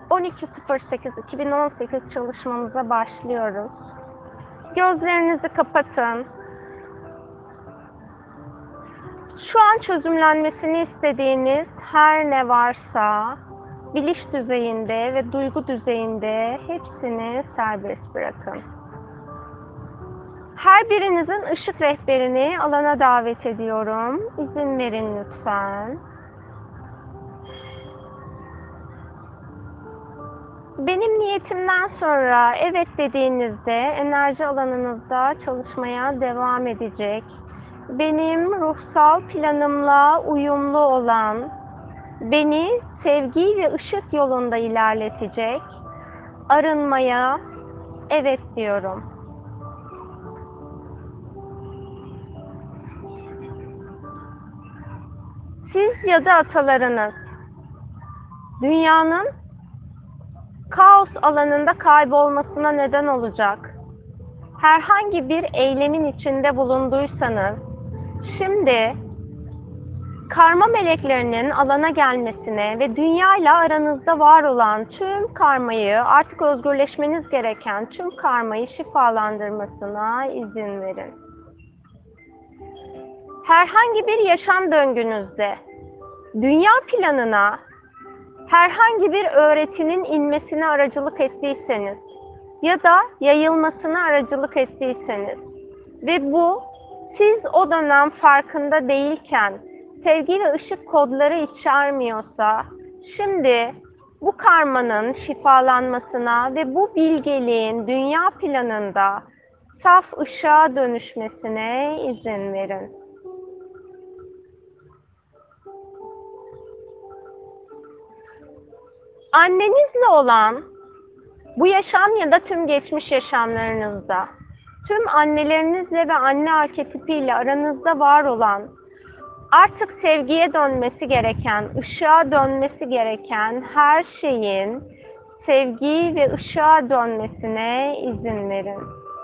12.08.2018 çalışmamıza başlıyoruz. Gözlerinizi kapatın. Şu an çözümlenmesini istediğiniz her ne varsa bilinç düzeyinde ve duygu düzeyinde hepsini serbest bırakın. Her birinizin ışık rehberini alana davet ediyorum. İzin verin lütfen. Benim niyetimden sonra evet dediğinizde enerji alanınızda çalışmaya devam edecek. Benim ruhsal planımla uyumlu olan, beni sevgi ve ışık yolunda ilerletecek arınmaya evet diyorum. Siz ya da atalarınız dünyanın kaos alanında kaybolmasına neden olacak herhangi bir eylemin içinde bulunduysanız, şimdi karma meleklerinin alana gelmesine ve dünya ile aranızda var olan tüm karmayı, artık özgürleşmeniz gereken tüm karmayı şifalandırmasına izin verin. Herhangi bir yaşam döngünüzde dünya planına herhangi bir öğretinin inmesine aracılık ettiyseniz ya da yayılmasına aracılık ettiyseniz ve bu siz o dönem farkında değilken sevgi ve ışık kodları içermiyorsa, şimdi bu karmanın şifalanmasına ve bu bilgeliğin dünya planında saf ışığa dönüşmesine izin verin. Annenizle olan bu yaşam ya da tüm geçmiş yaşamlarınızda, tüm annelerinizle ve anne arketipiyle aranızda var olan, artık sevgiye dönmesi gereken, ışığa dönmesi gereken her şeyin sevgi ve ışığa dönmesine izin verin.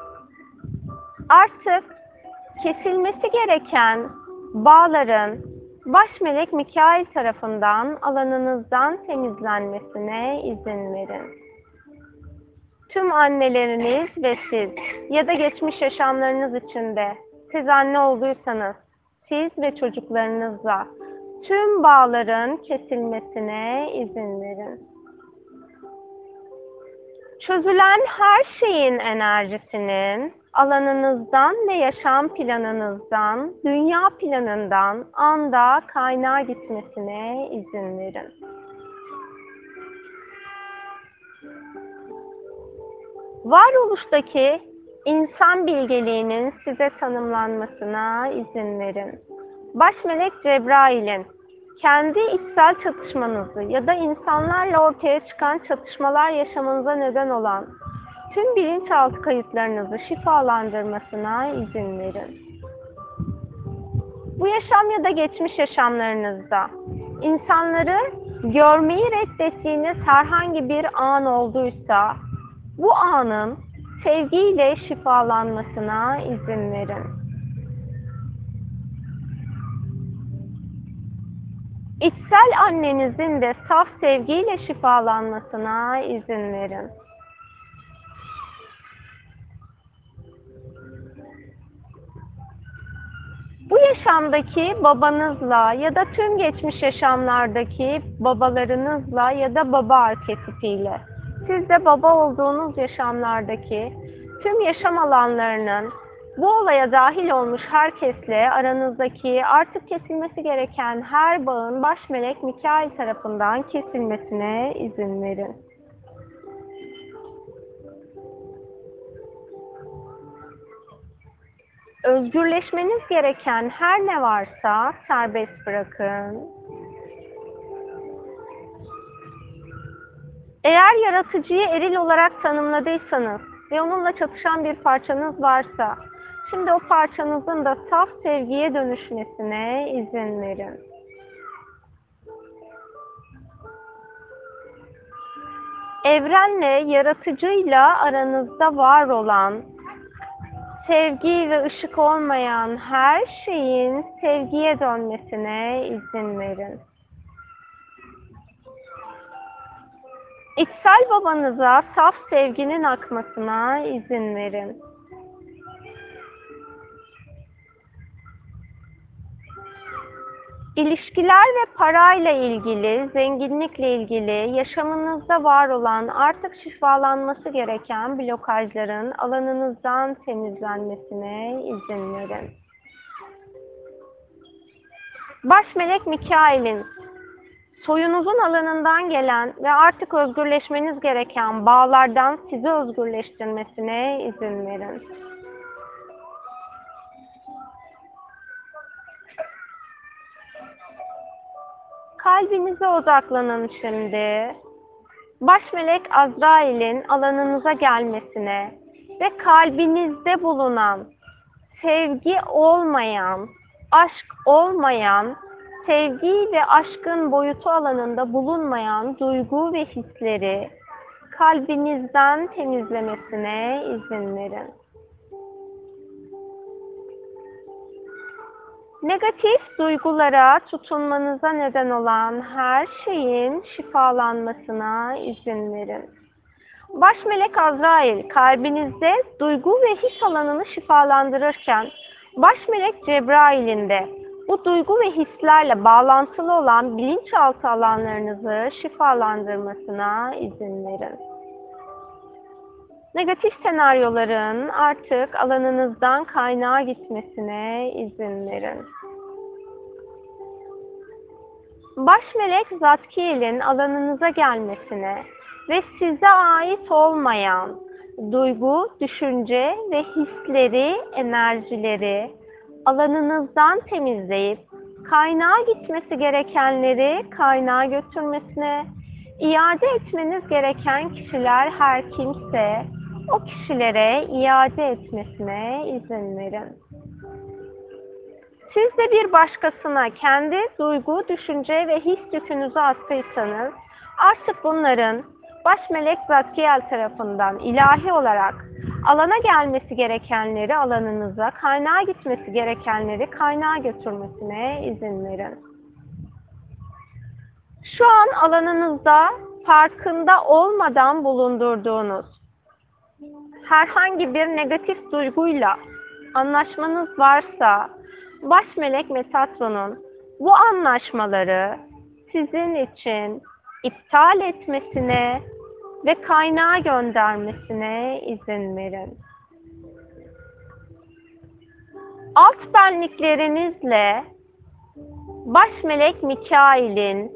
Artık kesilmesi gereken bağların Baş Melek Mikail tarafından alanınızdan temizlenmesine izin verin. Tüm anneleriniz ve siz ya da geçmiş yaşamlarınız içinde, siz anne olduysanız, siz ve çocuklarınızla tüm bağların kesilmesine izin verin. Çözülen her şeyin enerjisinin alanınızdan ve yaşam planınızdan, dünya planından anda kaynağa gitmesine izin verin. Varoluştaki insan bilgeliğinin size tanımlanmasına izin verin. Baş Melek Cebrail'in kendi içsel çatışmanızı ya da insanlarla ortaya çıkan çatışmalar yaşamanıza neden olan tüm bilinçaltı kayıtlarınızı şifalandırmasına izin verin. Bu yaşam ya da geçmiş yaşamlarınızda insanları görmeyi reddettiğiniz herhangi bir an olduysa, bu anın sevgiyle şifalanmasına izin verin. İçsel annenizin de saf sevgiyle şifalanmasına izin verin. Bu yaşamdaki babanızla ya da tüm geçmiş yaşamlardaki babalarınızla ya da baba arketipiyle, siz de baba olduğunuz yaşamlardaki tüm yaşam alanlarının bu olaya dahil olmuş herkesle aranızdaki artık kesilmesi gereken her bağın Baş Melek Mikail tarafından kesilmesine izin verin. Özgürleşmeniz gereken her ne varsa serbest bırakın. Eğer yaratıcıyı eril olarak tanımladıysanız ve onunla çatışan bir parçanız varsa, şimdi o parçanızın da saf sevgiye dönüşmesine izin verin. Evrenle, yaratıcıyla aranızda var olan, sevgi ve ışık olmayan her şeyin sevgiye dönmesine izin verin. İçsel babanıza saf sevginin akmasına izin verin. İlişkiler ve parayla ilgili, zenginlikle ilgili yaşamınızda var olan artık şifalanması gereken blokajların alanınızdan temizlenmesine izin verin. Baş melek Mikail'in soyunuzun alanından gelen ve artık özgürleşmeniz gereken bağlardan sizi özgürleştirmesine izin verin. Kalbinize odaklanın şimdi. Baş melek Azrail'in alanınıza gelmesine ve kalbinizde bulunan sevgi olmayan, aşk olmayan, sevgi ve aşkın boyutu alanında bulunmayan duygu ve hisleri kalbinizden temizlemesine izin verin. Negatif duygulara tutunmanıza neden olan her şeyin şifalanmasına izin verin. Baş melek Azrail kalbinizde duygu ve his alanını şifalandırırken baş melek Cebrail'in de bu duygu ve hislerle bağlantılı olan bilinçaltı alanlarınızı şifalandırmasına izin verin. Negatif senaryoların artık alanınızdan kaynağa gitmesine izin verin. Baş melek Zadkiel'in alanınıza gelmesine ve size ait olmayan duygu, düşünce ve hisleri, enerjileri alanınızdan temizleyip kaynağa gitmesi gerekenleri kaynağa götürmesine, iade etmeniz gereken kişiler her kimse o kişilere iade etmesine izin verin. Siz de bir başkasına kendi duygu, düşünce ve his yükünüzü attıysanız artık bunların baş melek Zadkiel tarafından ilahi olarak alana gelmesi gerekenleri alanınıza, kaynağa gitmesi gerekenleri kaynağa götürmesine izin verin. Şu an alanınızda farkında olmadan bulundurduğunuz herhangi bir negatif duyguyla anlaşmanız varsa baş melek Metatron'un bu anlaşmaları sizin için iptal etmesine ve kaynağa göndermesine izin verin. Alt benliklerinizle baş melek Mikail'in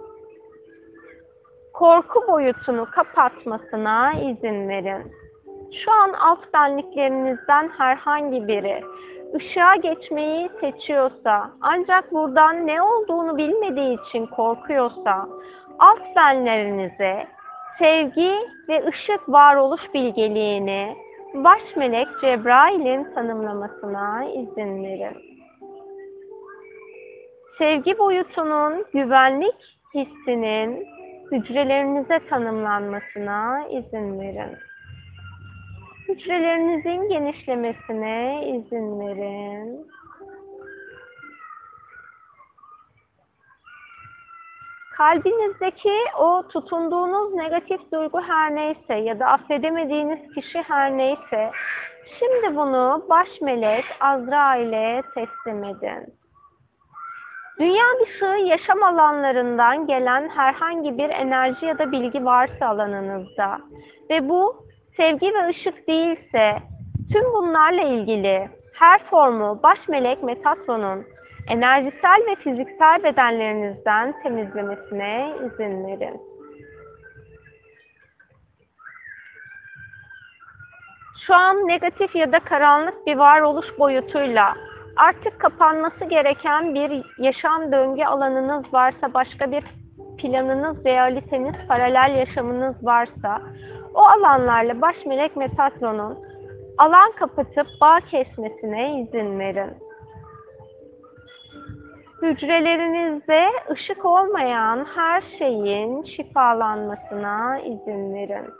korku boyutunu kapatmasına izin verin. Şu an alt benliklerinizden herhangi biri ışığa geçmeyi seçiyorsa, ancak buradan ne olduğunu bilmediği için korkuyorsa, alt benlerinize sevgi ve ışık varoluş bilgeliğini baş melek Cebrail'in tanımlamasına izin verin. Sevgi boyutunun güvenlik hissinin hücrelerinize tanımlanmasına izin verin. Hücrelerinizin genişlemesine izin verin. Kalbinizdeki o tutunduğunuz negatif duygu her neyse ya da affedemediğiniz kişi her neyse, şimdi bunu baş melek Azrail'e teslim edin. Dünya dışı yaşam alanlarından gelen herhangi bir enerji ya da bilgi varsa alanınızda ve bu sevgi ve ışık değilse, tüm bunlarla ilgili her formu baş melek Metatron'un enerjisel ve fiziksel bedenlerinizden temizlemesine izin verin. Şu an negatif ya da karanlık bir varoluş boyutuyla artık kapanması gereken bir yaşam döngü alanınız varsa, başka bir planınız, realiteniz, paralel yaşamınız varsa, o alanlarla baş melek Metatron'un alan kapatıp bağ kesmesine izin verin. Hücrelerinizde ışık olmayan her şeyin şifalanmasına izin verin.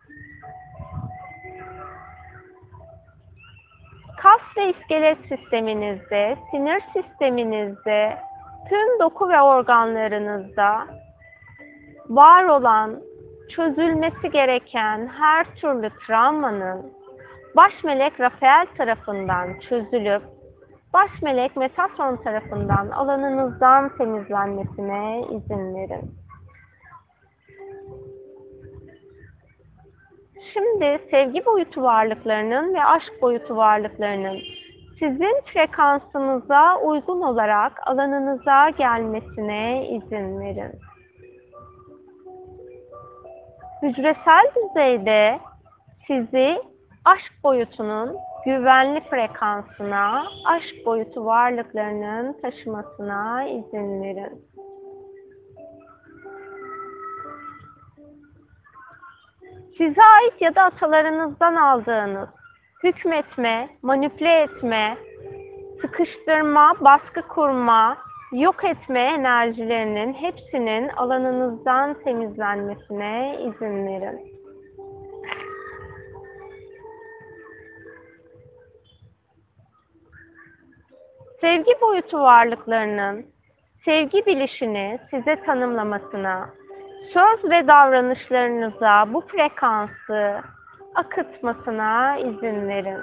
Kas ve iskelet sisteminizde, sinir sisteminizde, tüm doku ve organlarınızda var olan çözülmesi gereken her türlü travmanın baş melek Rafael tarafından çözülüp baş melek Metatron tarafından alanınızdan temizlenmesine izin verin. Şimdi sevgi boyutu varlıklarının ve aşk boyutu varlıklarının sizin frekansınıza uygun olarak alanınıza gelmesine izin verin. Hücresel düzeyde sizi aşk boyutunun güvenli frekansına, aşk boyutu varlıklarının taşımasına izin verin. Size ait ya da atalarınızdan aldığınız hükmetme, manipüle etme, sıkıştırma, baskı kurma, yok etme enerjilerinin hepsinin alanınızdan temizlenmesine izin verin. Sevgi boyutu varlıklarının sevgi bilişini size tanımlamasına, söz ve davranışlarınıza bu frekansı akıtmasına izin verin.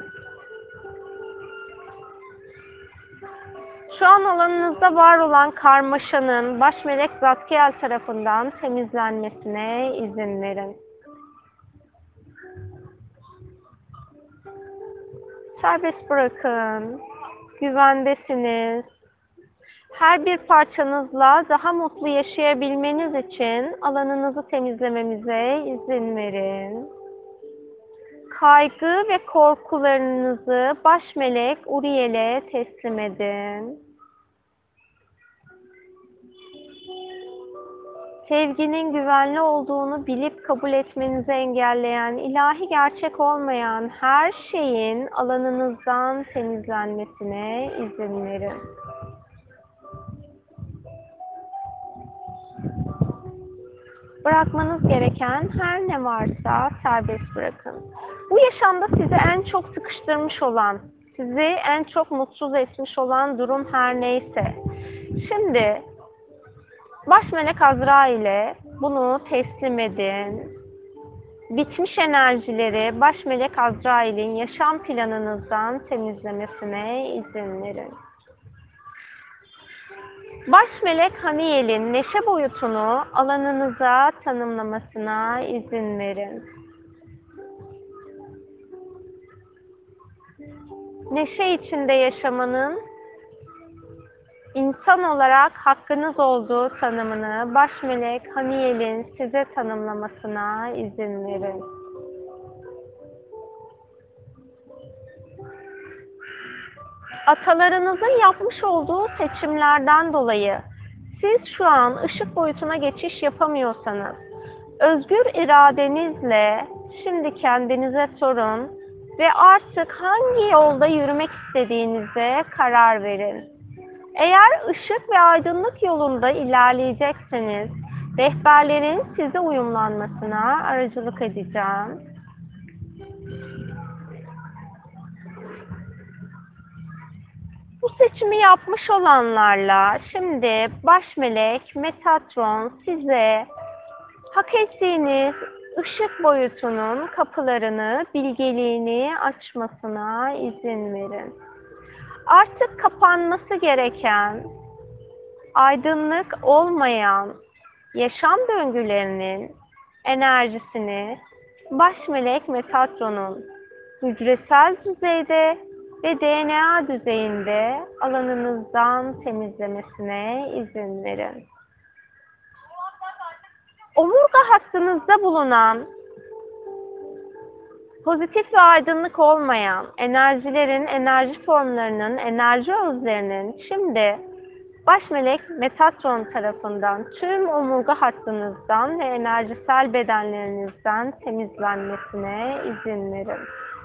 Şu an alanınızda var olan karmaşanın baş melek Zadkiel tarafından temizlenmesine izin verin. Serbest bırakın. Güvendesiniz. Her bir parçanızla daha mutlu yaşayabilmeniz için alanınızı temizlememize izin verin. Kaygı ve korkularınızı baş melek Uriel'e teslim edin. Sevginin güvenli olduğunu bilip kabul etmenizi engelleyen, ilahi gerçek olmayan her şeyin alanınızdan temizlenmesine izin verin. Bırakmanız gereken her ne varsa serbest bırakın. Bu yaşamda sizi en çok sıkıştırmış olan, sizi en çok mutsuz etmiş olan durum her neyse. Şimdi baş melek Azrail'e bunu teslim edin. Bitmiş enerjileri baş melek Azrail'in yaşam planınızdan temizlemesine izin verin. Baş melek Haniel'in neşe boyutunu alanınıza tanımlamasına izin verin. Neşe içinde yaşamanın İnsan olarak hakkınız olduğu tanımını baş melek Haniel'in size tanımlamasına izin verin. Atalarınızın yapmış olduğu seçimlerden dolayı siz şu an ışık boyutuna geçiş yapamıyorsanız, özgür iradenizle şimdi kendinize sorun ve artık hangi yolda yürümek istediğinize karar verin. Eğer ışık ve aydınlık yolunda ilerleyecekseniz, rehberlerin size uyumlanmasına aracılık edeceğim. Bu seçimi yapmış olanlarla şimdi baş melek Metatron size hak ettiğiniz ışık boyutunun kapılarını, bilgeliğini açmasına izin verin. Artık kapanması gereken, aydınlık olmayan yaşam döngülerinin enerjisini baş melek Metatron'un hücresel düzeyde ve DNA düzeyinde alanınızdan temizlemesine izin verin. Omurga hattınızda bulunan pozitif ve aydınlık olmayan enerjilerin, enerji formlarının, enerji özlerinin şimdi baş melek Metatron tarafından tüm omurga hattınızdan ve enerjisel bedenlerinizden temizlenmesine izin verin.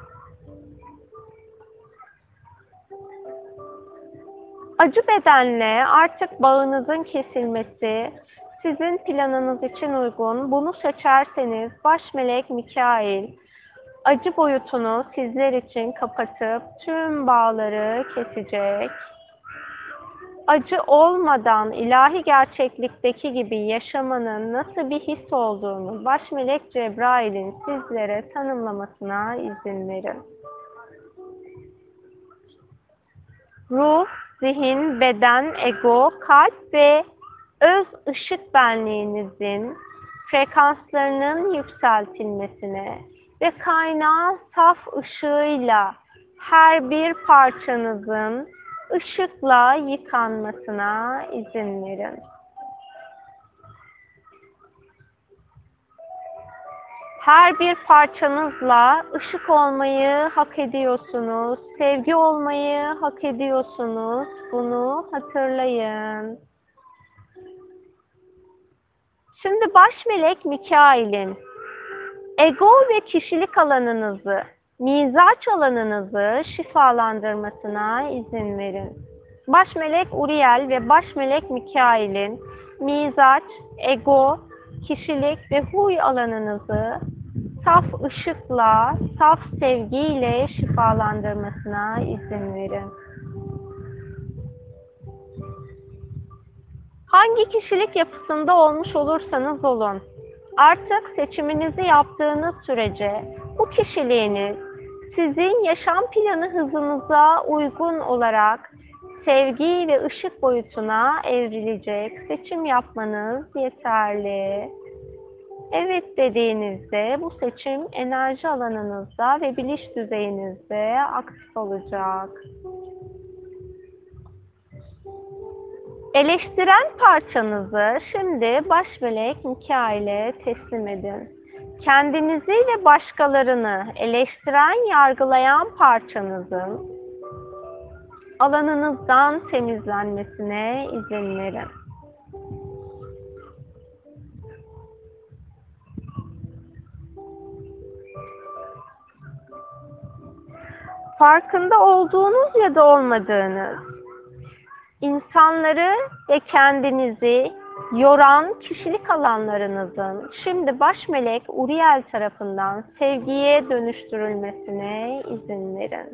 Acı bedenle artık bağınızın kesilmesi sizin planınız için uygun. Bunu seçerseniz baş melek Mikail acı boyutunu sizler için kapatıp tüm bağları kesecek. acı olmadan ilahi gerçeklikteki gibi yaşamanın nasıl bir his olduğunu baş melek Cebrail'in sizlere tanımlamasına izin verin. Ruh, zihin, beden, ego, kalp ve öz ışık benliğinizin frekanslarının yükseltilmesine ve kaynağın saf ışığıyla her bir parçanızın ışıkla yıkanmasına izin verin. Her bir parçanızla ışık olmayı hak ediyorsunuz, sevgi olmayı hak ediyorsunuz. Bunu hatırlayın. Şimdi baş melek Mikail'in ego ve kişilik alanınızı, mizaç alanınızı şifalandırmasına izin verin. Baş melek Uriel ve baş melek Mikail'in mizaç, ego, kişilik ve huy alanınızı saf ışıkla, saf sevgiyle şifalandırmasına izin verin. Hangi kişilik yapısında olmuş olursanız olun, artık seçiminizi yaptığınız sürece bu kişiliğiniz sizin yaşam planı hızınıza uygun olarak sevgi ve ışık boyutuna evrilecek. Seçim yapmanız yeterli. Evet dediğinizde bu seçim enerji alanınızda ve bilinç düzeyinizde aktif olacak. Eleştiren parçanızı şimdi baş melek Mikail'e teslim edin. Kendinizi ve başkalarını eleştiren, yargılayan parçanızın alanınızdan temizlenmesine izin verin. Farkında olduğunuz ya da olmadığınız insanları ve kendinizi yoran kişilik alanlarınızın şimdi baş melek Uriel tarafından sevgiye dönüştürülmesine izin verin.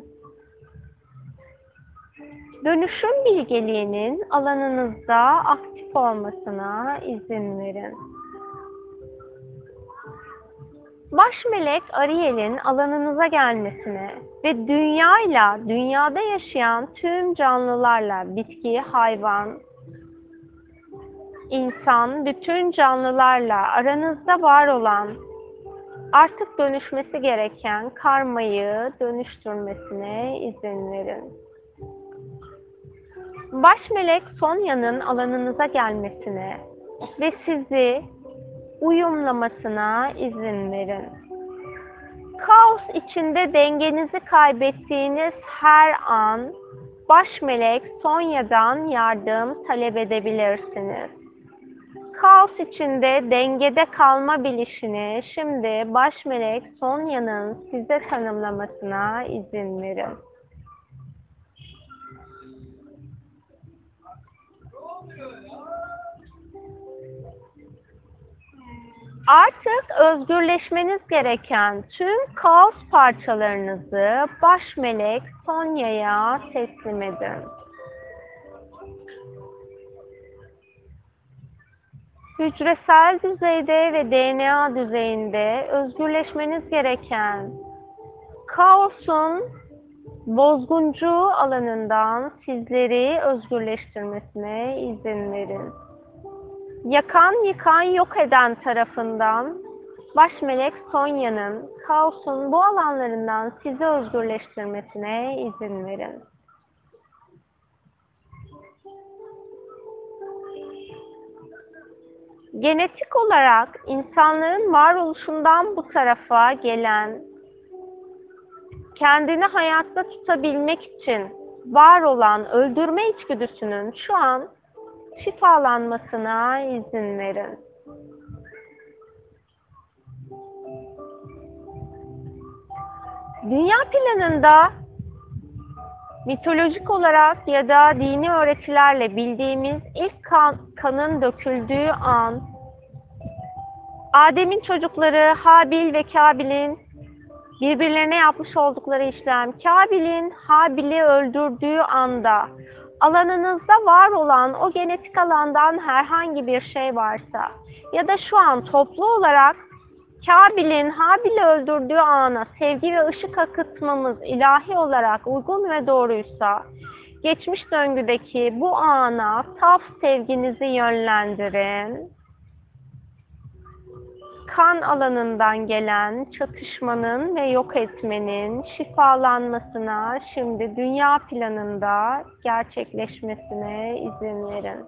Dönüşüm bilgeliğinin alanınızda aktif olmasına izin verin. Baş melek Ariel'in alanınıza gelmesine ve dünyada yaşayan tüm canlılarla, bitki, hayvan, insan, bütün canlılarla aranızda var olan, artık dönüşmesi gereken karmayı dönüştürmesine izin verin. Baş melek Sonya'nın alanınıza gelmesine ve sizi uyumlamasına izin verin. Kaos içinde dengenizi kaybettiğiniz her an baş melek Sonya'dan yardım talep edebilirsiniz. Kaos içinde dengede kalma bilişini şimdi baş melek Sonya'nın size tanımlamasına izin verin. Artık özgürleşmeniz gereken tüm kaos parçalarınızı baş melek Sonya'ya teslim edin. Hücresel düzeyde ve DNA düzeyinde özgürleşmeniz gereken kaosun bozguncu alanından sizleri özgürleştirmesine izin verin. Yakan, yıkan, yok eden tarafından baş melek Sonya'nın kaosun bu alanlarından sizi özgürleştirmesine izin verin. Genetik olarak insanların varoluşundan bu tarafa gelen, kendini hayatta tutabilmek için var olan öldürme içgüdüsünün şu an şifalanmasına izin verin. Dünya planında mitolojik olarak ya da dini öğretilerle bildiğimiz ilk kanın döküldüğü an, Adem'in çocukları Habil ve Kabil'in birbirlerine yapmış oldukları işlem, Kabil'in Habil'i öldürdüğü anda alanınızda var olan o genetik alandan herhangi bir şey varsa ya da şu an toplu olarak Kabil'in Habil'i öldürdüğü ana sevgi ve ışık akıtmamız ilahi olarak uygun ve doğruysa, geçmiş döngüdeki bu ana saf sevginizi yönlendirin. Kan alanından gelen çatışmanın ve yok etmenin şifalanmasına, şimdi dünya planında gerçekleşmesine izin verin.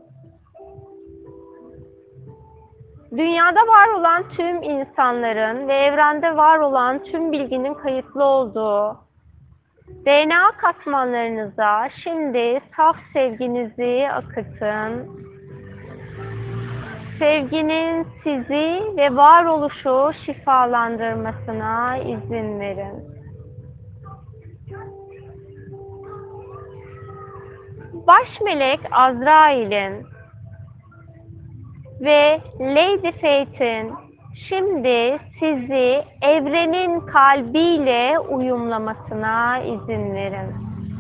Dünyada var olan tüm insanların ve evrende var olan tüm bilginin kayıtlı olduğu DNA katmanlarınıza şimdi saf sevginizi akıtın. Sevginin sizi ve varoluşu şifalandırmasına izin verin. Baş melek Azrail'in ve Lady Fate'in şimdi sizi evrenin kalbiyle uyumlamasına izin verin.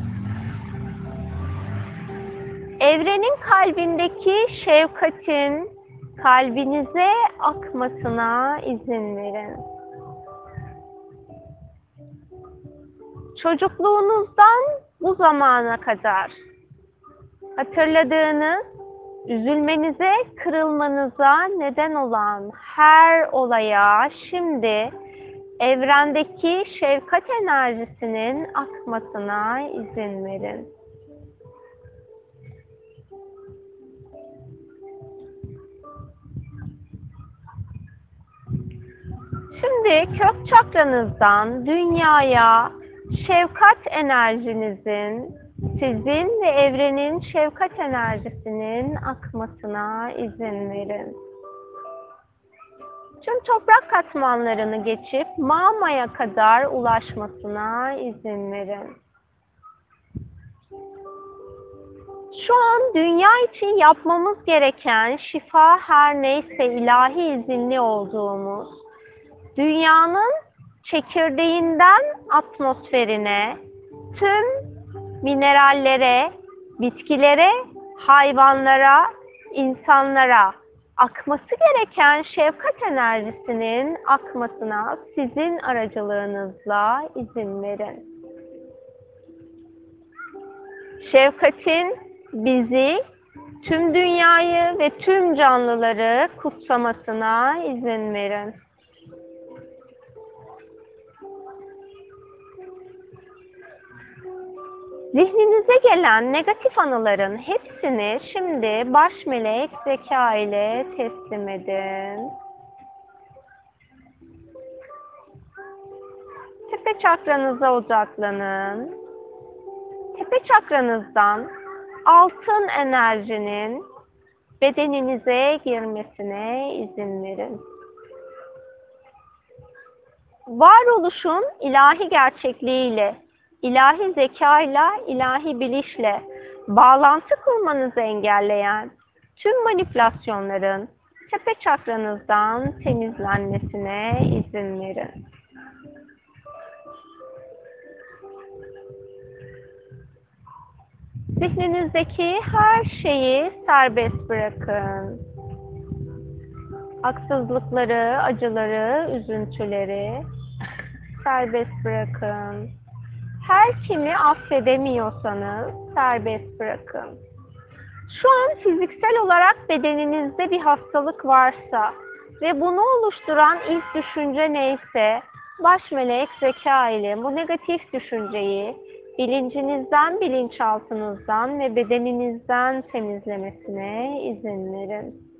Evrenin kalbindeki şefkatin kalbinize akmasına izin verin. Çocukluğunuzdan bu zamana kadar hatırladığınız, üzülmenize, kırılmanıza neden olan her olaya şimdi evrendeki şefkat enerjisinin akmasına izin verin. Şimdi kök çakranızdan dünyaya şefkat enerjinizin, sizin ve evrenin şefkat enerjisinin akmasına izin verin. Tüm toprak katmanlarını geçip mağmaya kadar ulaşmasına izin verin. Şu an dünya için yapmamız gereken şifa her neyse ilahi izinli olduğumuz, dünyanın çekirdeğinden atmosferine, tüm minerallere, bitkilere, hayvanlara, insanlara akması gereken şefkat enerjisinin akmasına sizin aracılığınızla izin verin. Şefkatin bizi, tüm dünyayı ve tüm canlıları kutsamasına izin verin. Zihninize gelen negatif anıların hepsini şimdi baş melek Zeka ile teslim edin. Tepe çakranıza odaklanın. Tepe çakranızdan altın enerjinin bedeninize girmesine izin verin. Varoluşun ilahi gerçekliğiyle, ilahi zekayla, ilahi bilişle bağlantı kurmanızı engelleyen tüm manipülasyonların tepe çakranızdan temizlenmesine izin verin. Zihninizdeki her şeyi serbest bırakın. Haksızlıkları, acıları, üzüntüleri serbest bırakın. Her kimi affedemiyorsanız serbest bırakın. Şu an fiziksel olarak bedeninizde bir hastalık varsa ve bunu oluşturan ilk düşünce neyse, baş melek Zeka ile bu negatif düşünceyi bilincinizden, bilinçaltınızdan ve bedeninizden temizlemesine izin verin.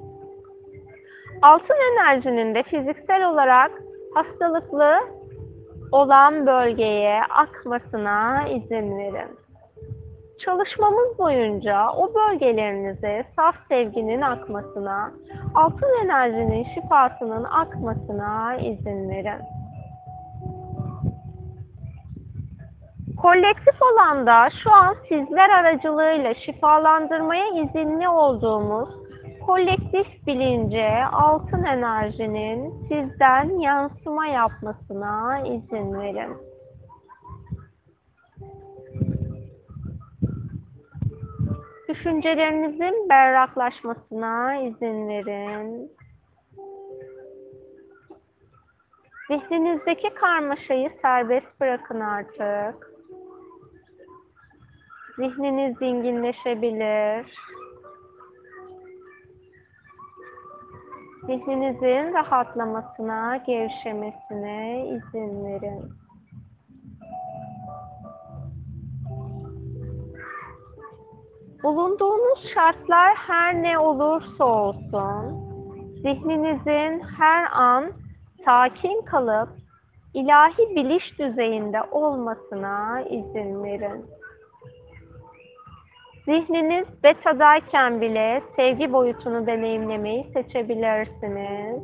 Altın enerjinin de fiziksel olarak hastalıklı olan bölgeye akmasına izin verin. Çalışmamız boyunca o bölgelerinize saf sevginin akmasına, altın enerjinin şifasının akmasına izin verin. Kolektif alanda şu an sizler aracılığıyla şifalandırmaya izinli olduğumuz kolektif bilince altın enerjinin sizden yansıma yapmasına izin verin. Düşüncelerinizin berraklaşmasına izin verin. Zihninizdeki karmaşayı serbest bırakın artık. Zihniniz dinginleşebilir. Zihninizin rahatlamasına, gevşemesine izin verin. Bulunduğunuz şartlar her ne olursa olsun, zihninizin her an sakin kalıp ilahi biliş düzeyinde olmasına izin verin. Zihniniz betadayken bile sevgi boyutunu deneyimlemeyi seçebilirsiniz.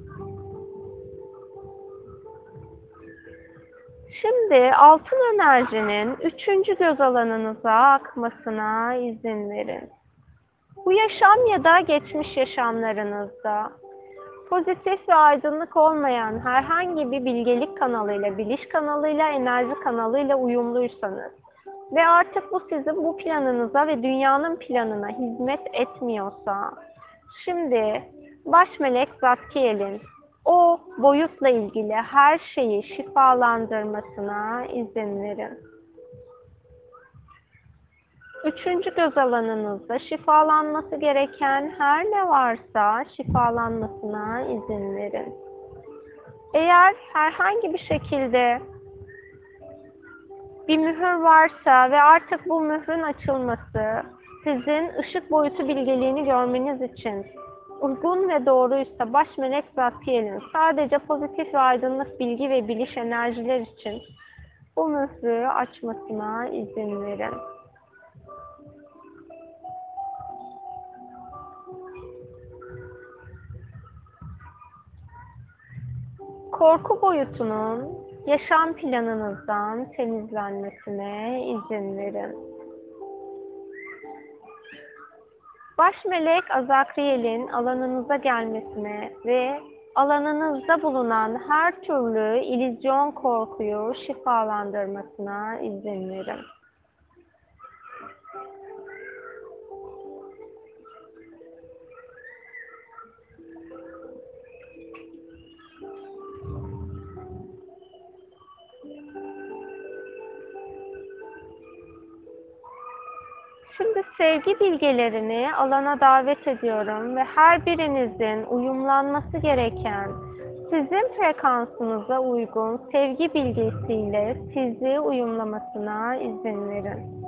Şimdi altın enerjinin 3. göz alanınıza akmasına izin verin. Bu yaşam ya da geçmiş yaşamlarınızda pozitif ve aydınlık olmayan herhangi bir bilgelik kanalıyla, biliş kanalıyla, enerji kanalıyla uyumluysanız ve artık bu sizin bu planınıza ve dünyanın planına hizmet etmiyorsa, şimdi baş melek Zadkiel'in o boyutla ilgili her şeyi şifalandırmasına izin verin. 3. göz alanınızda şifalanması gereken her ne varsa şifalanmasına izin verin. Eğer herhangi bir şekilde bir mühür varsa ve artık bu mührün açılması sizin ışık boyutu bilgeliğini görmeniz için uygun ve doğruysa baş melek Zadkiel'in sadece pozitif ve aydınlık bilgi ve biliş enerjiler için bu mührü açmasına izin verin. Korku boyutunun yaşam planınızdan temizlenmesine izin verin. Baş melek Azakriel'in alanınıza gelmesine ve alanınızda bulunan her türlü illüzyon korkuyu şifalandırmasına izin verin. Şimdi sevgi bilgelerini alana davet ediyorum ve her birinizin uyumlanması gereken, sizin frekansınıza uygun sevgi bilgisiyle sizi uyumlamasına izin verin.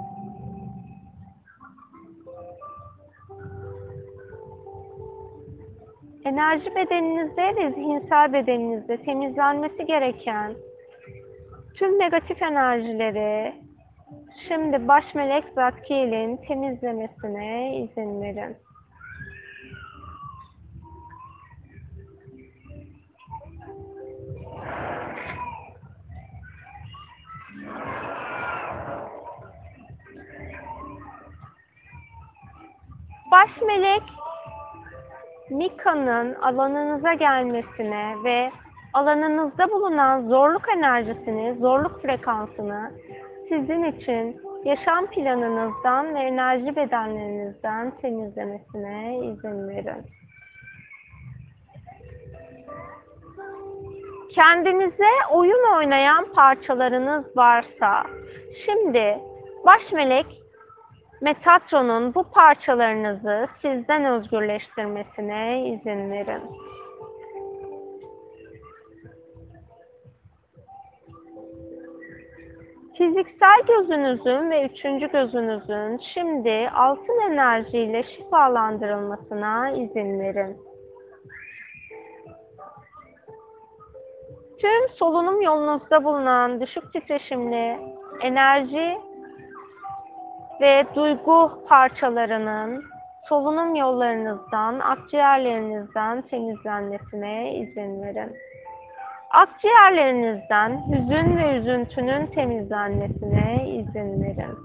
Enerji bedeninizde ve zihinsel bedeninizde temizlenmesi gereken tüm negatif enerjileri şimdi baş melek Zadkiel'in temizlemesine izin verin. Baş melek Mika'nın alanınıza gelmesine ve alanınızda bulunan zorluk enerjisini, zorluk frekansını sizin için yaşam planınızdan ve enerji bedenlerinizden temizlemesine izin verin. Kendinize oyun oynayan parçalarınız varsa, şimdi baş melek Metatron'un bu parçalarınızı sizden özgürleştirmesine izin verin. Fiziksel gözünüzün ve 3. gözünüzün şimdi altın enerjiyle şifalandırılmasına izin verin. Tüm solunum yolunuzda bulunan düşük titreşimli enerji ve duygu parçalarının solunum yollarınızdan, akciğerlerinizden temizlenmesine izin verin. Akciğerlerinizden hüzün ve üzüntünün temizlenmesine izin verin.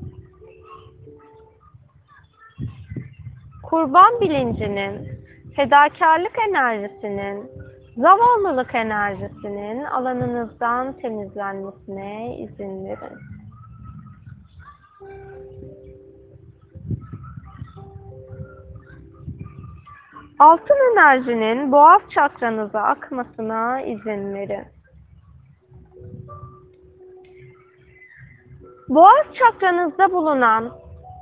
Kurban bilincinin, fedakarlık enerjisinin, zavallılık enerjisinin alanınızdan temizlenmesine izin verin. Altın enerjinin boğaz çakranıza akmasına izin verin. Boğaz çakranızda bulunan,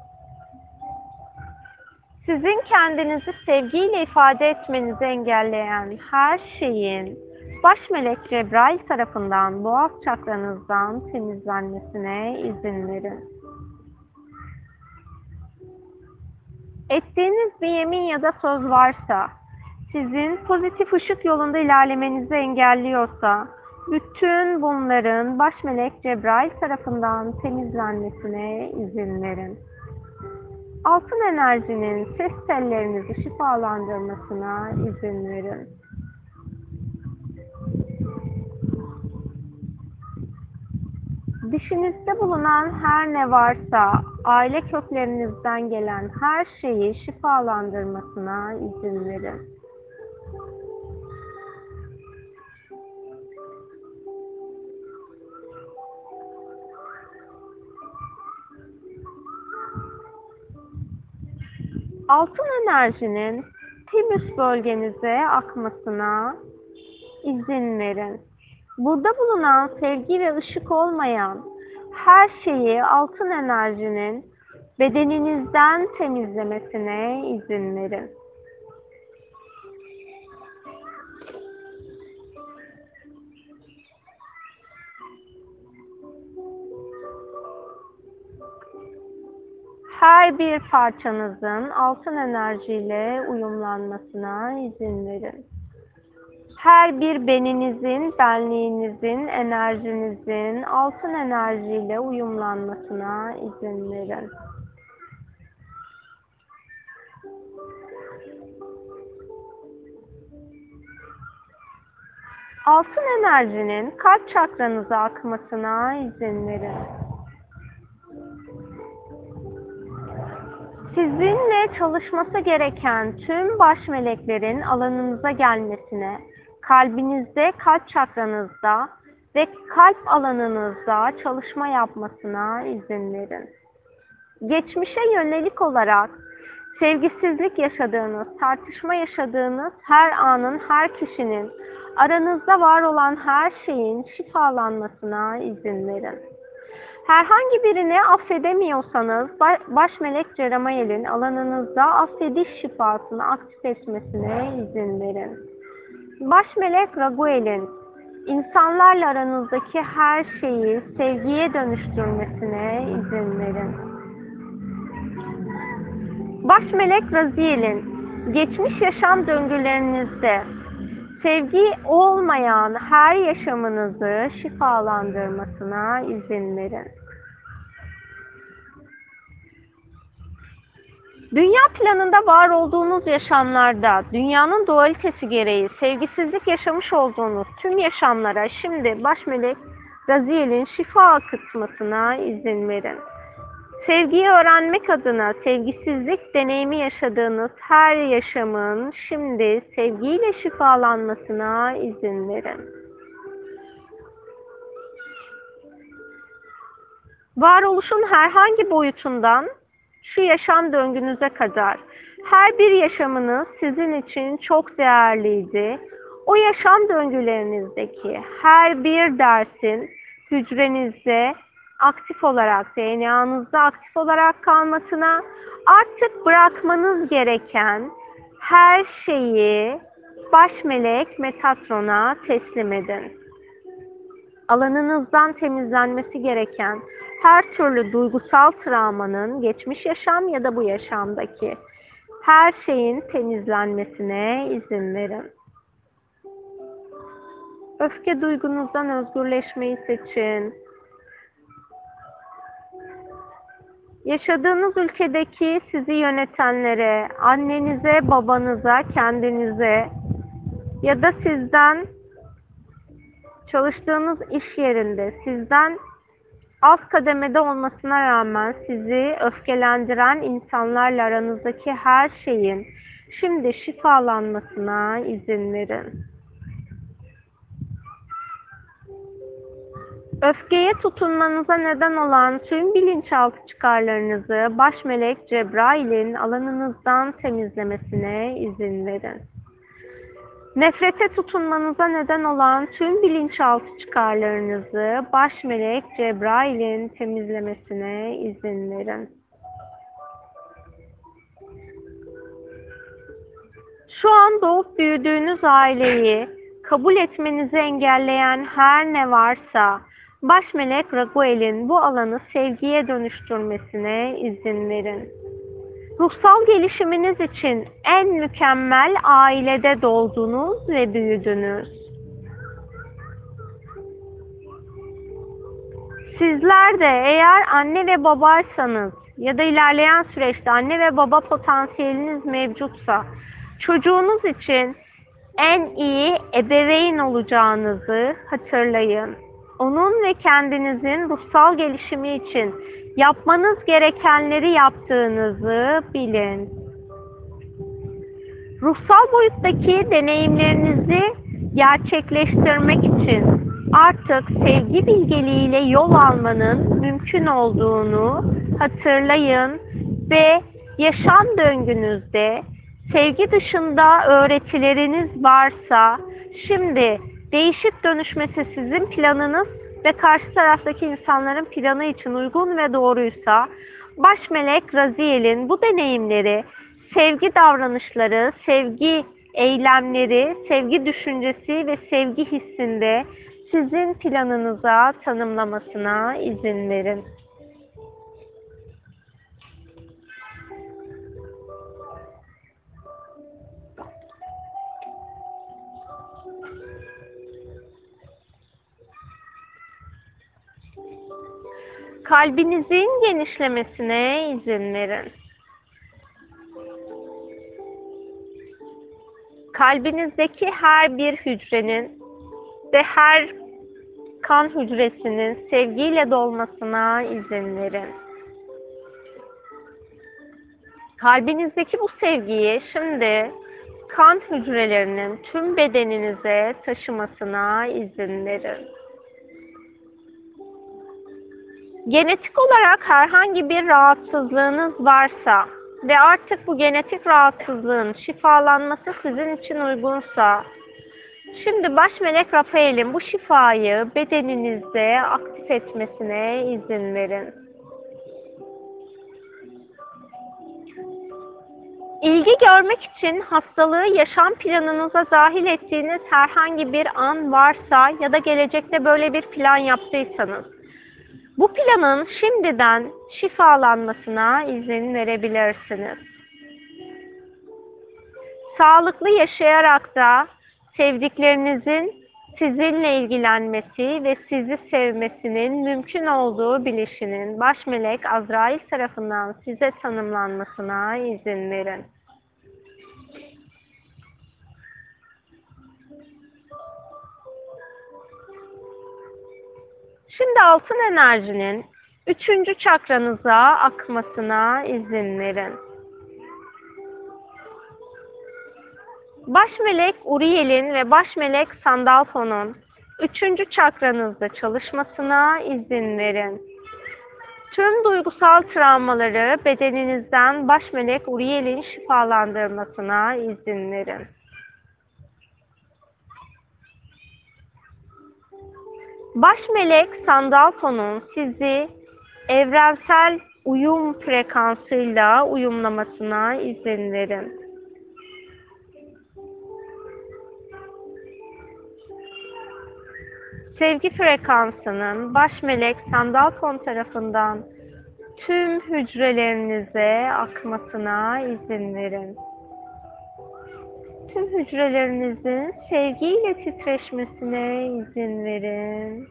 sizin kendinizi sevgiyle ifade etmenizi engelleyen her şeyin baş melek Cebrail tarafından boğaz çakranızdan temizlenmesine izin verin. Ettiğiniz bir yemin ya da söz varsa, sizin pozitif ışık yolunda ilerlemenizi engelliyorsa, bütün bunların baş melek Cebrail tarafından temizlenmesine izin verin. Altın enerjinin ses tellerinizi şifalandırmasına izin verin. Dişinizde bulunan her ne varsa, aile köklerinizden gelen her şeyi şifalandırmasına izin verin. Altın enerjinin thymus bölgenize akmasına izin verin. Burada bulunan sevgi ve ışık olmayan her şeyi altın enerjinin bedeninizden temizlemesine izin verin. Her bir parçanızın altın enerjiyle uyumlanmasına izin verin. Her bir beninizin, benliğinizin, enerjinizin altın enerjiyle uyumlanmasına izin verin. Altın enerjinin kalp çakranıza akmasına izin verin. Sizinle çalışması gereken tüm baş meleklerin alanınıza gelmesine, kalbinizde, kalp çakranızda ve kalp alanınızda çalışma yapmasına izin verin. Geçmişe yönelik olarak sevgisizlik yaşadığınız, tartışma yaşadığınız her anın, her kişinin, aranızda var olan her şeyin şifalanmasına izin verin. Herhangi birini affedemiyorsanız, baş melek Ceramael'in alanınızda affediş şifasını aktif etmesine izin verin. Baş melek Raguel'in insanlarla aranızdaki her şeyi sevgiye dönüştürmesine izin verin. Baş melek Raziel'in geçmiş yaşam döngülerinizde sevgi olmayan her yaşamınızı şifalandırmasına izin verin. Dünya planında var olduğunuz yaşamlarda, dünyanın dualitesi gereği sevgisizlik yaşamış olduğunuz tüm yaşamlara şimdi baş melek Raziel'in şifa akıtmasına izin verin. Sevgiyi öğrenmek adına sevgisizlik deneyimi yaşadığınız her yaşamın şimdi sevgiyle şifalanmasına izin verin. Varoluşun herhangi boyutundan şu yaşam döngünüze kadar her bir yaşamınız sizin için çok değerliydi. O yaşam döngülerinizdeki her bir dersin hücrenizde aktif olarak, DNA'nızda aktif olarak kalmasına, artık bırakmanız gereken her şeyi baş melek Metatron'a teslim edin. Alanınızdan temizlenmesi gereken her türlü duygusal travmanın, geçmiş yaşam ya da bu yaşamdaki her şeyin temizlenmesine izin verin. Öfke duygunuzdan özgürleşmeyi seçin. Yaşadığınız ülkedeki sizi yönetenlere, annenize, babanıza, kendinize ya da sizden, çalıştığınız iş yerinde sizden alt kademede olmasına rağmen sizi öfkelendiren insanlarla aranızdaki her şeyin şimdi şifalanmasına izin verin. Öfkeye tutunmanıza neden olan tüm bilinçaltı çıkarlarınızı baş melek Cebrail'in alanınızdan temizlemesine izin verin. Nefrete tutunmanıza neden olan tüm bilinçaltı çıkarlarınızı baş melek Cebrail'in temizlemesine izin verin. Şu an doğup büyüdüğünüz aileyi kabul etmenizi engelleyen her ne varsa baş melek Raguel'in bu alanı sevgiye dönüştürmesine izin verin. Ruhsal gelişiminiz için en mükemmel ailede doğdunuz ve büyüdünüz. Sizler de eğer anne ve babaysanız ya da ilerleyen süreçte anne ve baba potansiyeliniz mevcutsa, çocuğunuz için en iyi ebeveyn olacağınızı hatırlayın. Onun ve kendinizin ruhsal gelişimi için yapmanız gerekenleri yaptığınızı bilin. Ruhsal boyuttaki deneyimlerinizi gerçekleştirmek için artık sevgi bilgeliğiyle yol almanın mümkün olduğunu hatırlayın ve yaşam döngünüzde sevgi dışında öğretileriniz varsa şimdi değişip dönüşmesi sizin planınız ve karşı taraftaki insanların planı için uygun ve doğruysa baş melek Raziel'in bu deneyimleri, sevgi davranışları, sevgi eylemleri, sevgi düşüncesi ve sevgi hissinde sizin planınıza tanımlamasına izin verin. Kalbinizin genişlemesine izin verin. Kalbinizdeki her bir hücrenin ve her kan hücresinin sevgiyle dolmasına izin verin. Kalbinizdeki bu sevgiyi şimdi kan hücrelerinin tüm bedeninize taşımasına izin verin. Genetik olarak herhangi bir rahatsızlığınız varsa ve artık bu genetik rahatsızlığın şifalanması sizin için uygunsa, şimdi baş melek Rafael'in bu şifayı bedeninizde aktif etmesine izin verin. İlgi görmek için hastalığı yaşam planınıza dahil ettiğiniz herhangi bir an varsa ya da gelecekte böyle bir plan yaptıysanız, bu planın şimdiden şifalanmasına izin verebilirsiniz. Sağlıklı yaşayarak da sevdiklerinizin sizinle ilgilenmesi ve sizi sevmesinin mümkün olduğu bilişinin baş melek Azrail tarafından size tanımlanmasına izin verin. Şimdi altın enerjinin 3. çakranıza akmasına izin verin. Baş melek Uriel'in ve baş melek Sandalfon'un 3. çakranızda çalışmasına izin verin. Tüm duygusal travmaları bedeninizden baş melek Uriel'in şifalandırmasına izin verin. Baş melek Sandalfon'un sizi evrensel uyum frekansıyla uyumlamasına izin verin. Sevgi frekansının baş melek Sandalfon tarafından tüm hücrelerinize akmasına izin verin. Tüm hücrelerinizin sevgiyle titreşmesine izin verin.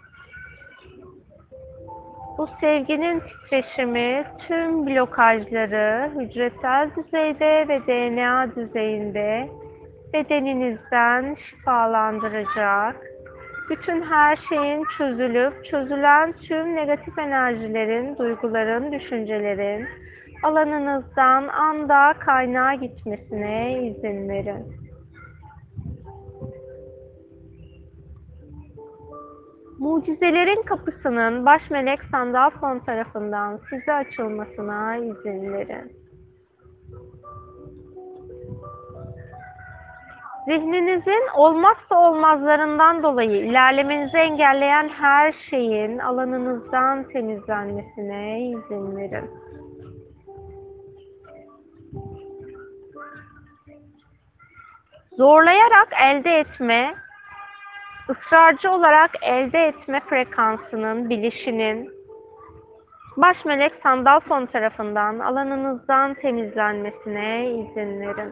Bu sevginin titreşimi tüm blokajları hücresel düzeyde ve DNA düzeyinde bedeninizden şifalandıracak. Bütün her şeyin çözülüp çözülen tüm negatif enerjilerin, duyguların, düşüncelerin alanınızdan anda kaynağa gitmesine izin verin. Mucizelerin kapısının baş melek Sandalphon tarafından size açılmasına izin verin. Zihninizin olmazsa olmazlarından dolayı ilerlemenizi engelleyen her şeyin alanınızdan temizlenmesine izin verin. Zorlayarak elde etme, ısrarcı olarak elde etme frekansının, bilişinin baş melek Sandalphon tarafından alanınızdan temizlenmesine izin verin.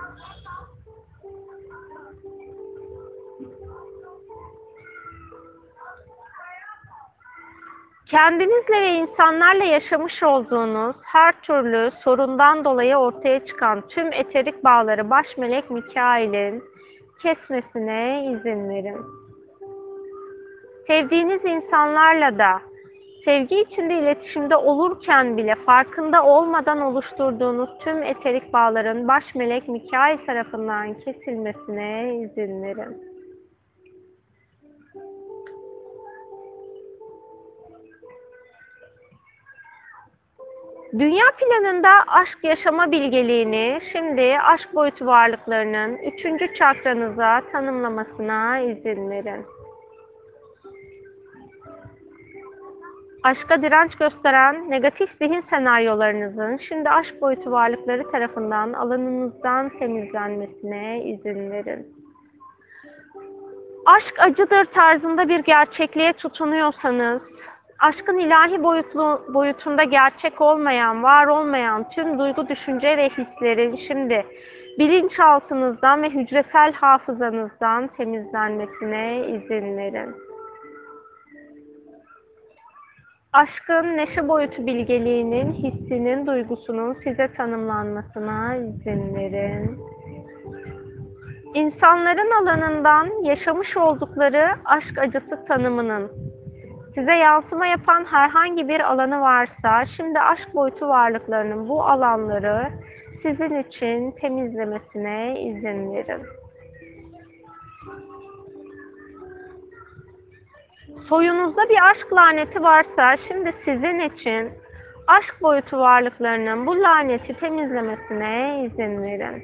Kendinizle ve insanlarla yaşamış olduğunuz her türlü sorundan dolayı ortaya çıkan tüm eterik bağları baş melek Mikail'in kesmesine izin verin. Sevdiğiniz insanlarla da sevgi içinde iletişimde olurken bile farkında olmadan oluşturduğunuz tüm eterik bağların baş melek Mikail tarafından kesilmesine izin verin. Dünya planında aşk yaşama bilgeliğini şimdi aşk boyutu varlıklarının 3. çakranıza tanımlamasına izin verin. Aşka direnç gösteren negatif zihin senaryolarınızın şimdi aşk boyutu varlıkları tarafından alanınızdan temizlenmesine izin verin. Aşk acıdır tarzında bir gerçekliğe tutunuyorsanız, aşkın ilahi boyutunda gerçek olmayan, var olmayan tüm duygu, düşünce ve hislerin şimdi bilinçaltınızdan ve hücresel hafızanızdan temizlenmesine izin verin. Aşkın neşe boyutu bilgeliğinin, hissinin, duygusunun size tanımlanmasına izin verin. İnsanların alanından yaşamış oldukları aşk acısı tanımının size yansıma yapan herhangi bir alanı varsa, şimdi aşk boyutu varlıklarının bu alanları sizin için temizlemesine izin verin. Soyunuzda bir aşk laneti varsa, şimdi sizin için aşk boyutu varlıklarının bu laneti temizlemesine izin verin.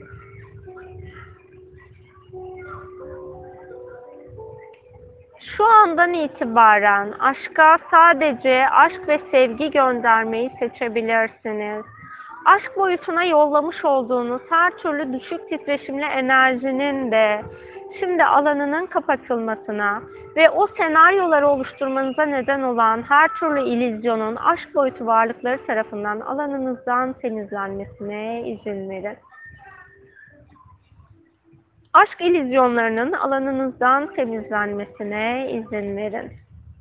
Şu andan itibaren aşka sadece aşk ve sevgi göndermeyi seçebilirsiniz. Aşk boyutuna yollamış olduğunuz her türlü düşük titreşimli enerjinin de şimdi alanının kapatılmasına ve o senaryoları oluşturmanıza neden olan her türlü illüzyonun aşk boyutu varlıkları tarafından alanınızdan temizlenmesine izin verin. Aşk illüzyonlarının alanınızdan temizlenmesine izin verin.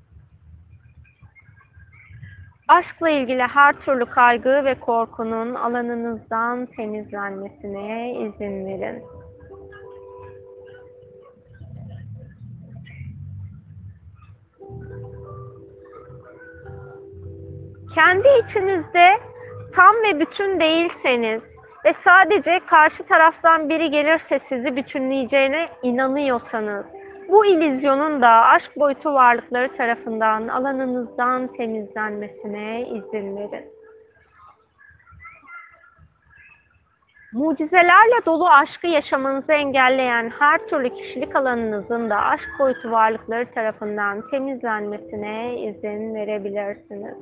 Aşkla ilgili her türlü kaygı ve korkunun alanınızdan temizlenmesine izin verin. Kendi içinizde tam ve bütün değilseniz ve sadece karşı taraftan biri gelirse sizi bütünleyeceğine inanıyorsanız, bu illüzyonun da aşk boyutu varlıkları tarafından alanınızdan temizlenmesine izin verin. Mucizelerle dolu aşkı yaşamanızı engelleyen her türlü kişilik alanınızın da aşk boyutu varlıkları tarafından temizlenmesine izin verebilirsiniz.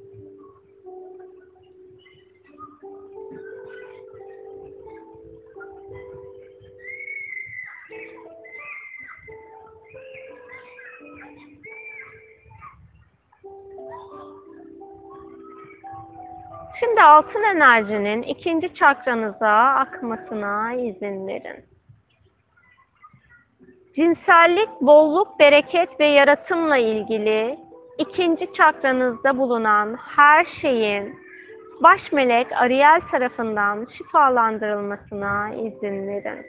Şimdi altın enerjinin 2. çakranıza akmasına izin verin. Cinsellik, bolluk, bereket ve yaratımla ilgili 2. çakranızda bulunan her şeyin baş melek Ariel tarafından şifalandırılmasına izin verin.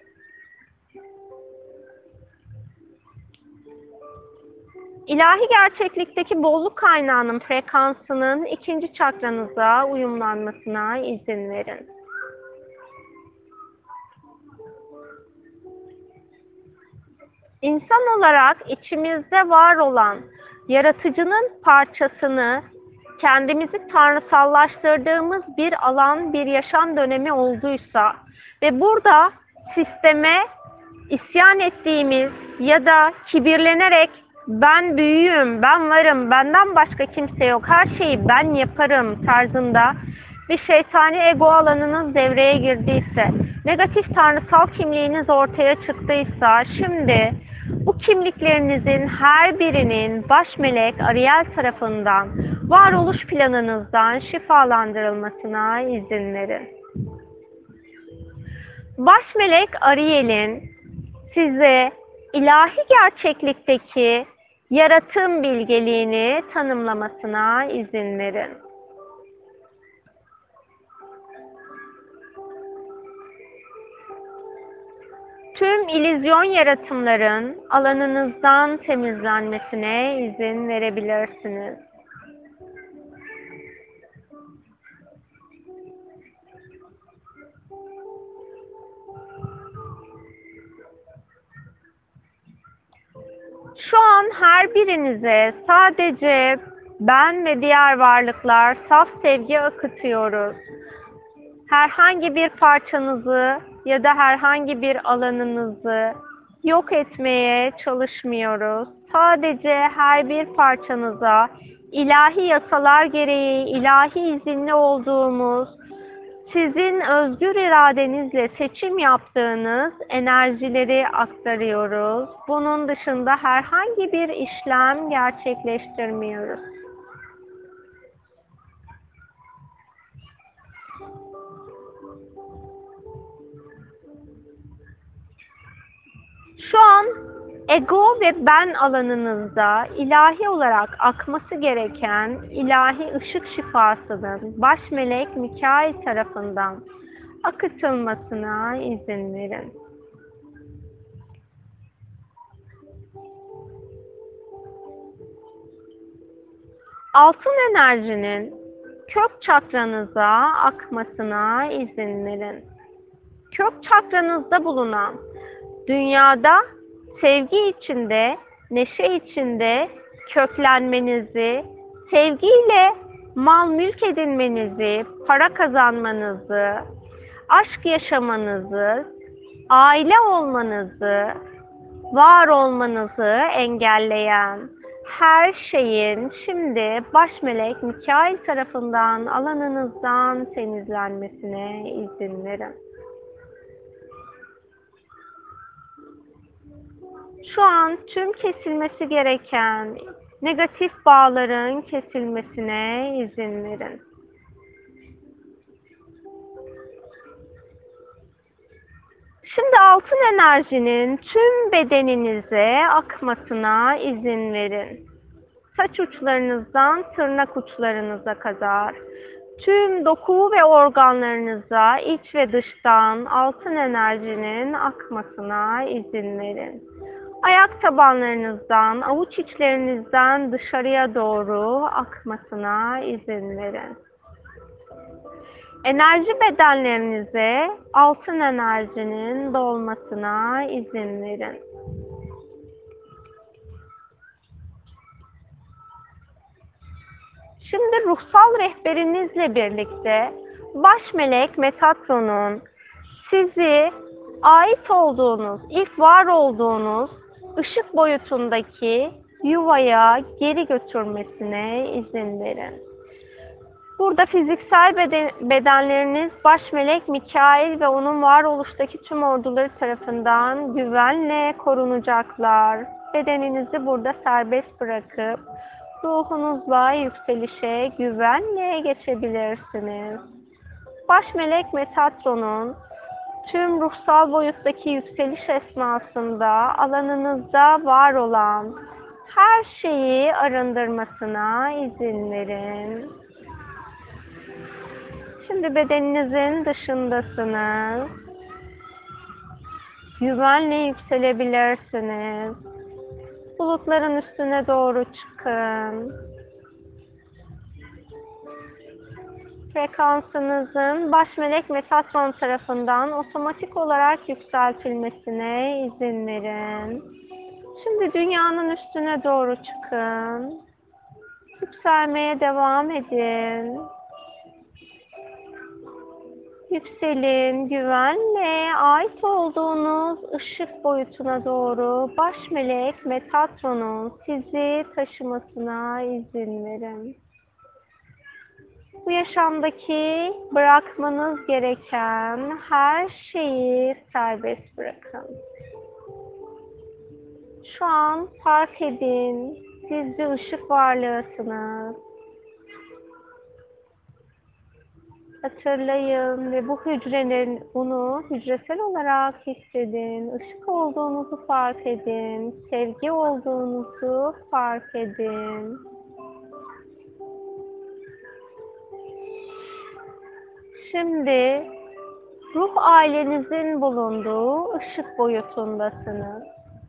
İlahi gerçeklikteki bolluk kaynağının frekansının 2. çakranıza uyumlanmasına izin verin. İnsan olarak içimizde var olan yaratıcının parçasını kendimizi tanrısallaştırdığımız bir alan, bir yaşam dönemi olduysa ve burada sisteme isyan ettiğimiz ya da kibirlenerek ben büyüğüm, ben varım, benden başka kimse yok, her şeyi ben yaparım tarzında bir şeytani ego alanınız devreye girdiyse, negatif tanrısal kimliğiniz ortaya çıktıysa, şimdi bu kimliklerinizin her birinin baş melek Ariel tarafından varoluş planınızdan şifalandırılmasına izin verin. Baş melek Ariel'in size ilahi gerçeklikteki yaratım bilgeliğini tanımlamasına izin verin. Tüm illüzyon yaratımların alanınızdan temizlenmesine izin verebilirsiniz. Şu an her birinize sadece ben ve diğer varlıklar saf sevgi akıtıyoruz. Herhangi bir parçanızı ya da herhangi bir alanınızı yok etmeye çalışmıyoruz. Sadece her bir parçanıza ilahi yasalar gereği ilahi izinli olduğumuz, sizin özgür iradenizle seçim yaptığınız enerjileri aktarıyoruz. Bunun dışında herhangi bir işlem gerçekleştirmiyoruz. Şu an ego ve ben alanınızda ilahi olarak akması gereken ilahi ışık şifasının baş melek Mikail tarafından akıtılmasına izin verin. Altın enerjinin kök çakranıza akmasına izin verin. Kök çakranızda bulunan dünyada sevgi içinde, neşe içinde köklenmenizi, sevgiyle mal mülk edinmenizi, para kazanmanızı, aşk yaşamanızı, aile olmanızı, var olmanızı engelleyen her şeyin şimdi baş melek Mikail tarafından alanınızdan temizlenmesine izin verin. Şu an tüm kesilmesi gereken negatif bağların kesilmesine izin verin. Şimdi altın enerjinin tüm bedeninize akmasına izin verin. Saç uçlarınızdan tırnak uçlarınıza kadar tüm doku ve organlarınıza iç ve dıştan altın enerjinin akmasına izin verin. Ayak tabanlarınızdan, avuç içlerinizden dışarıya doğru akmasına izin verin. Enerji bedenlerinize altın enerjinin dolmasına izin verin. Şimdi ruhsal rehberinizle birlikte baş melek Metatron'un sizi ait olduğunuz, ilk var olduğunuz ışık boyutundaki yuvaya geri götürmesine izin verin. Burada fiziksel bedenleriniz baş melek Mikail ve onun varoluştaki tüm orduları tarafından güvenle korunacaklar. Bedeninizi burada serbest bırakıp ruhunuzla yükselişe güvenle geçebilirsiniz. Baş melek Metatron'un tüm ruhsal boyuttaki yükseliş esnasında alanınızda var olan her şeyi arındırmasına izin verin. Şimdi bedeninizin dışındasınız. Güvenle yükselebilirsiniz. Bulutların üstüne doğru çıkın. Frekansınızın baş melek Metatron tarafından otomatik olarak yükseltilmesine izin verin. Şimdi dünyanın üstüne doğru çıkın. Yükselmeye devam edin. Yükselin, güvenle ait olduğunuz ışık boyutuna doğru baş melek Metatron'un sizi taşımasına izin verin. Bu yaşamdaki bırakmanız gereken her şeyi serbest bırakın. Şu an fark edin, siz bir ışık varlığısınız. Hatırlayın ve bu hücrenin bunu hücresel olarak hissedin. Işık olduğunuzu fark edin. Sevgi olduğunuzu fark edin. Şimdi ruh ailenizin bulunduğu ışık boyutundasınız.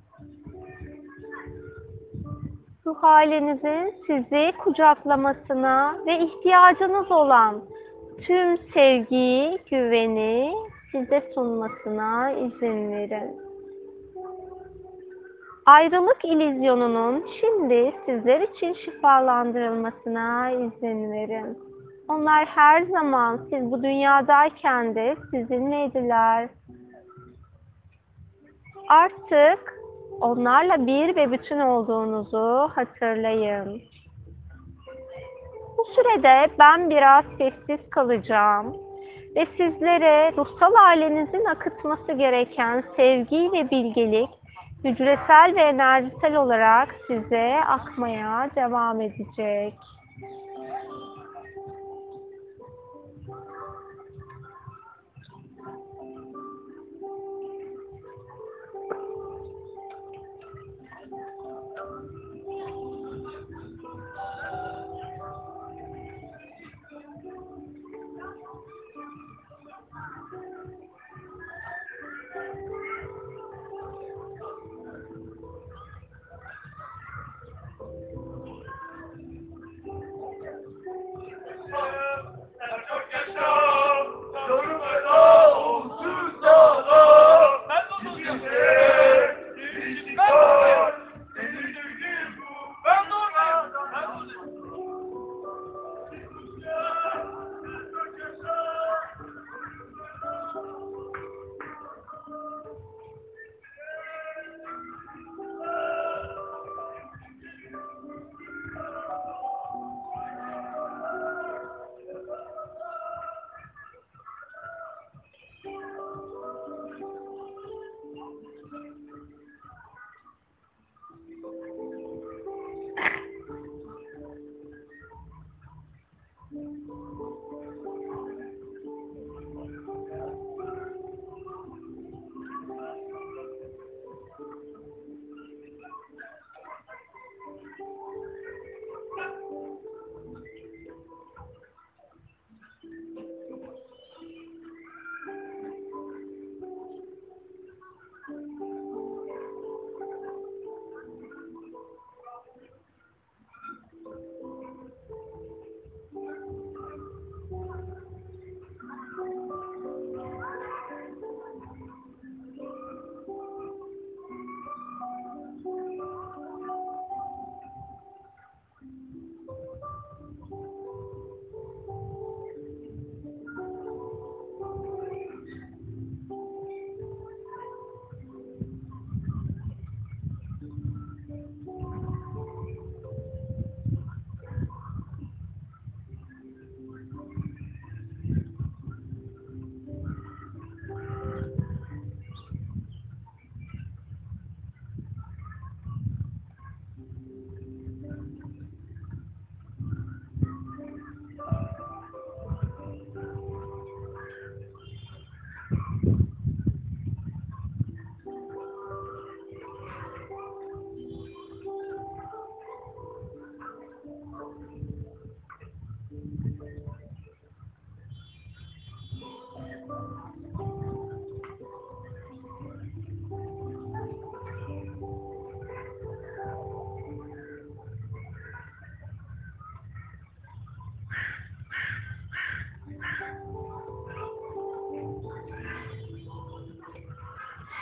Ruh ailenizin sizi kucaklamasına ve ihtiyacınız olan tüm sevgiyi, güveni size sunmasına izin verin. Ayrılık illüzyonunun şimdi sizler için şifalandırılmasına izin verin. Onlar her zaman siz bu dünyadayken de sizinleydiler. Artık onlarla bir ve bütün olduğunuzu hatırlayın. Bu sürede ben biraz sessiz kalacağım ve sizlere ruhsal ailenizin akıtması gereken sevgi ve bilgelik hücresel ve enerjisel olarak size akmaya devam edecek.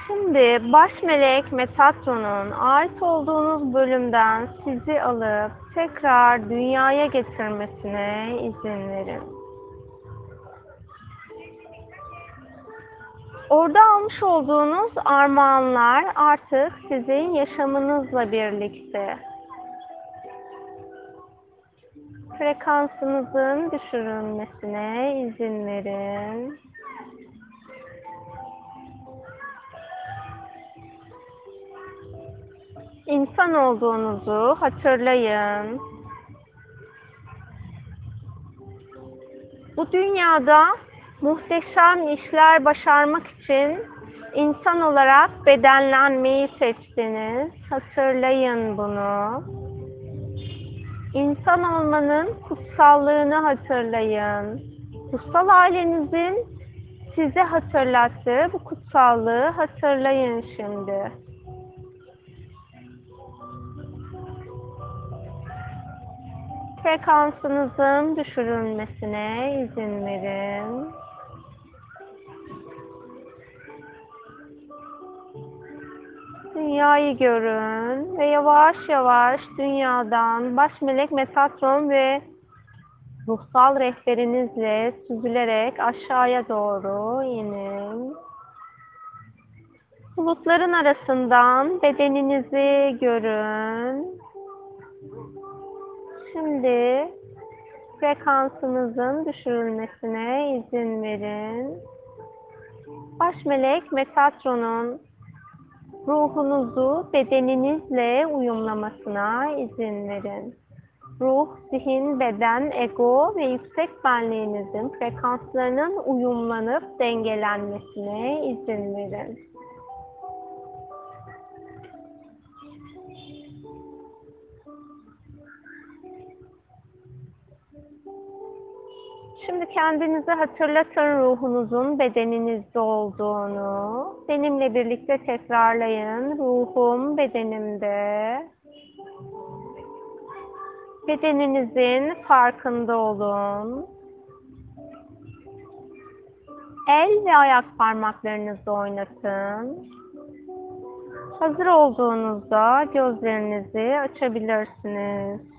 Şimdi baş melek Metatron'un ait olduğunuz bölümden sizi alıp tekrar dünyaya getirmesine izin verin. Orada almış olduğunuz armağanlar artık sizin yaşamınızla birlikte. Frekansınızın düşürülmesine izin verin. İnsan olduğunuzu hatırlayın. Bu dünyada muhteşem işler başarmak için insan olarak bedenlenmeyi seçtiniz. Hatırlayın bunu. İnsan olmanın kutsallığını hatırlayın. Kutsal ailenizin size hatırlattığı bu kutsallığı hatırlayın şimdi. Frekansınızın düşürülmesine izin verin. Dünyayı görün ve yavaş yavaş dünyadan baş melek Metatron ve ruhsal rehberinizle süzülerek aşağıya doğru inin. Bulutların arasından bedeninizi görün. Şimdi frekansınızın düşürülmesine izin verin. Baş melek Metatron'un ruhunuzu bedeninizle uyumlamasına izin verin. Ruh, zihin, beden, ego ve yüksek benliğinizin frekanslarının uyumlanıp dengelenmesine izin verin. Şimdi kendinize hatırlatın ruhunuzun bedeninizde olduğunu. Benimle birlikte tekrarlayın. Ruhum bedenimde. Bedeninizin farkında olun. El ve ayak parmaklarınızı oynatın. Hazır olduğunuzda gözlerinizi açabilirsiniz.